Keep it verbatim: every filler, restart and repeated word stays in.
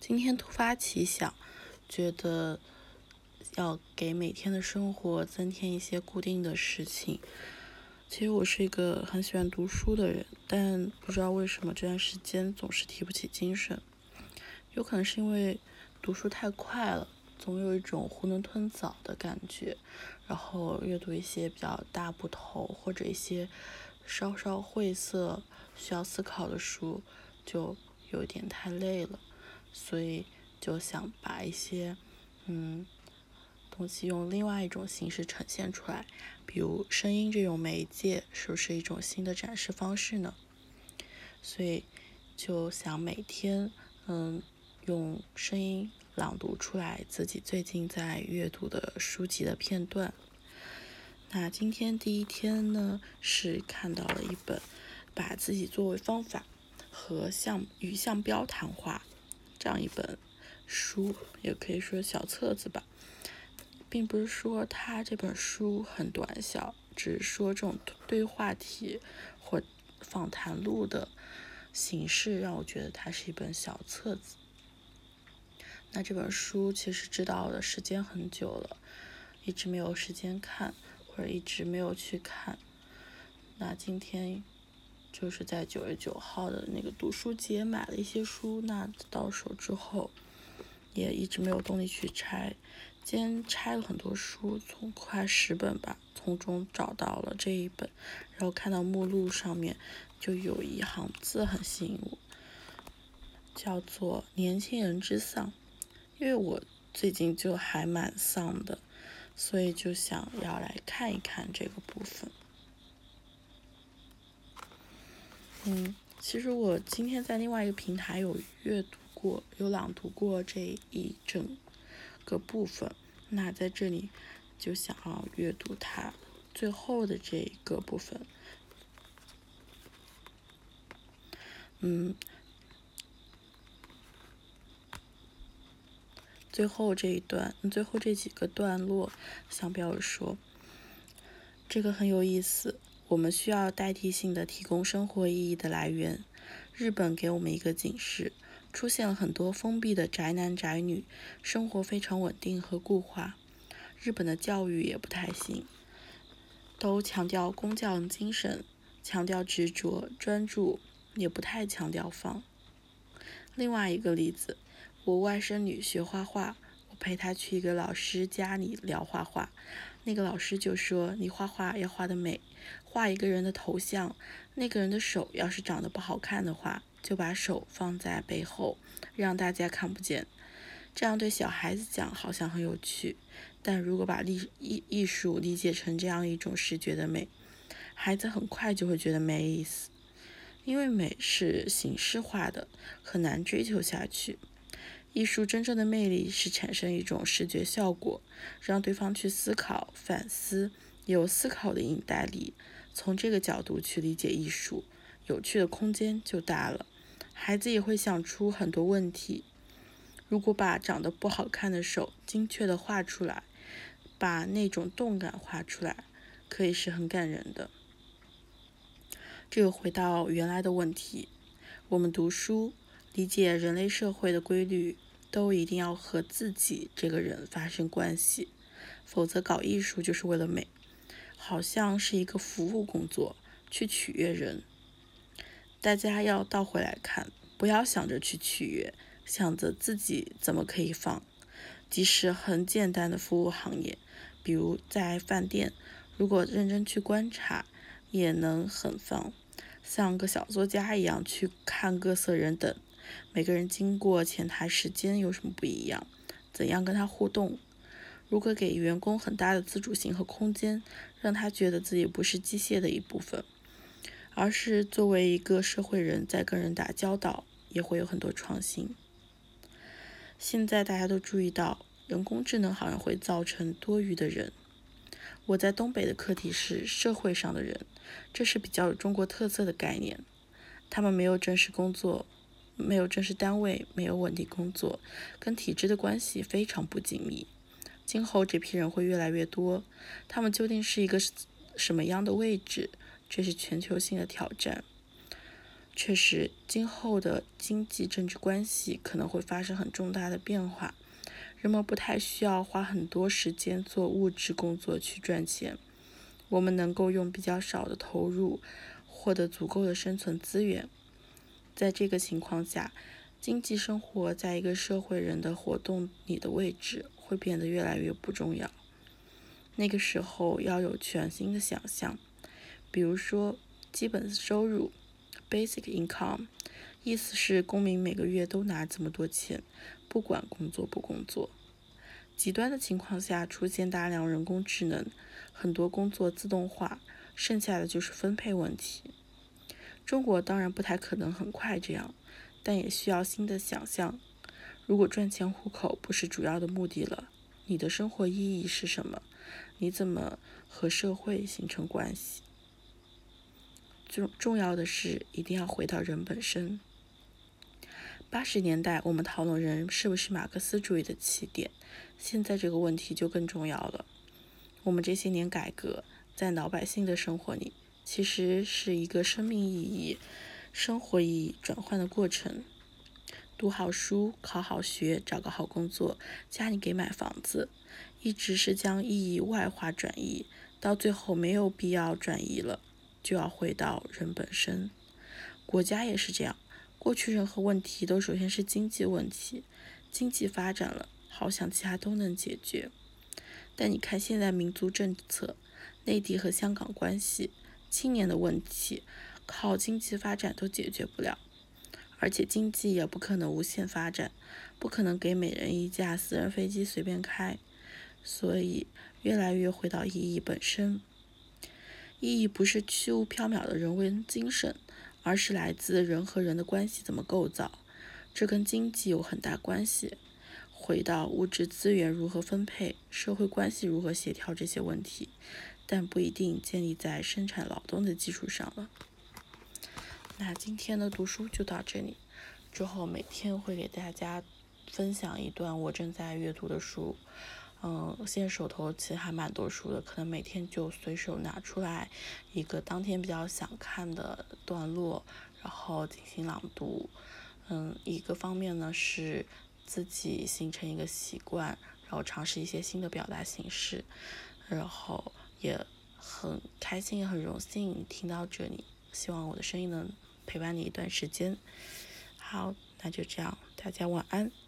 今天突发奇想，觉得要给每天的生活增添一些固定的事情。其实我是一个很喜欢读书的人，但不知道为什么这段时间总是提不起精神。有可能是因为读书太快了，总有一种囫囵吞枣的感觉，然后阅读一些比较大部头或者一些稍稍晦涩需要思考的书，就有点太累了，所以就想把一些嗯东西用另外一种形式呈现出来，比如声音这种媒介是不是一种新的展示方式呢？所以就想每天嗯用声音朗读出来自己最近在阅读的书籍的片段。那今天第一天呢，是看到了一本把自己作为方法和像与项标谈话这样一本书，也可以说小册子吧。并不是说它这本书很短小，只是说这种对话题或访谈录的形式让我觉得它是一本小册子。那这本书其实知道的时间很久了，一直没有时间看，或者一直没有去看。那今天就是在九月九号的那个读书节买了一些书，那到手之后也一直没有动力去拆。今天拆了很多书，从快十本吧，从中找到了这一本，然后看到目录上面就有一行字很吸引我，叫做年轻人之丧。因为我最近就还蛮丧的，所以就想要来看一看这个部分。嗯，其实我今天在另外一个平台有阅读过，有朗读过这一整个部分，那在这里就想要阅读它最后的这一个部分。嗯，最后这一段，最后这几个段落，想表示说，这个很有意思。我们需要代替性的提供生活意义的来源。日本给我们一个警示，出现了很多封闭的宅男宅女，生活非常稳定和固化。日本的教育也不太行，都强调工匠精神，强调执着专注，也不太强调放。另外一个例子，我外甥女学画画，我陪她去一个老师家里聊画画，那个老师就说，你画画要画得美，画一个人的头像，那个人的手要是长得不好看的话，就把手放在背后，让大家看不见。这样对小孩子讲好像很有趣，但如果把艺艺术理解成这样一种视觉的美，孩子很快就会觉得没意思。因为美是形式化的，很难追求下去。艺术真正的魅力是产生一种视觉效果，让对方去思考、反思，有思考的引带力。从这个角度去理解艺术，有趣的空间就大了。孩子也会想出很多问题。如果把长得不好看的手精确地画出来，把那种动感画出来，可以是很感人的。这又回到原来的问题，我们读书，理解人类社会的规律，都一定要和自己这个人发生关系，否则搞艺术就是为了美，好像是一个服务工作，去取悦人。大家要倒回来看，不要想着去取悦，想着自己怎么可以放。即使很简单的服务行业，比如在饭店，如果认真去观察，也能很放，像个小作家一样去看各色人等，每个人经过前台时间有什么不一样，怎样跟他互动。如果给员工很大的自主性和空间，让他觉得自己不是机械的一部分，而是作为一个社会人在跟人打交道，也会有很多创新。现在大家都注意到，人工智能好像会造成多余的人。我在东北的课题是社会上的人，这是比较有中国特色的概念。他们没有正式工作，没有正式单位，没有稳定工作，跟体制的关系非常不紧密。今后这批人会越来越多，他们究竟是一个什么样的位置，这是全球性的挑战。 确实，今后的经济政治关系可能会发生很重大的变化，人们不太需要花很多时间做物质工作去赚钱，我们能够用比较少的投入获得足够的生存资源。在这个情况下，经济生活在一个社会人的活动里的位置会变得越来越不重要。那个时候要有全新的想象，比如说基本收入 basic income， 意思是公民每个月都拿这么多钱，不管工作不工作。极端的情况下出现大量人工智能，很多工作自动化，剩下的就是分配问题。中国当然不太可能很快这样，但也需要新的想象。如果赚钱糊口不是主要的目的了，你的生活意义是什么？你怎么和社会形成关系？重重要的是一定要回到人本身。八十年代我们讨论人是不是马克思主义的起点，现在这个问题就更重要了。我们这些年改革，在老百姓的生活里，其实是一个生命意义、生活意义转换的过程。读好书，考好学，找个好工作，家里给买房子，一直是将意义外化转移，到最后没有必要转移了，就要回到人本身。国家也是这样，过去任何问题都首先是经济问题，经济发展了，好像其他都能解决。但你看现在民族政策、内地和香港关系、青年的问题，靠经济发展都解决不了。而且经济也不可能无限发展，不可能给每人一架私人飞机随便开，所以越来越回到意义本身。意义不是虚无缥缈的人文精神，而是来自人和人的关系怎么构造，这跟经济有很大关系。回到物质资源如何分配、社会关系如何协调这些问题，但不一定建立在生产劳动的基础上了。那今天的读书就到这里，之后每天会给大家分享一段我正在阅读的书。嗯，现在手头其实还蛮多书的，可能每天就随手拿出来一个当天比较想看的段落，然后进行朗读。嗯，一个方面呢是自己形成一个习惯，然后尝试一些新的表达形式，然后也很开心也很荣幸听到这里，希望我的声音能陪伴你一段时间。好，那就这样，大家晚安。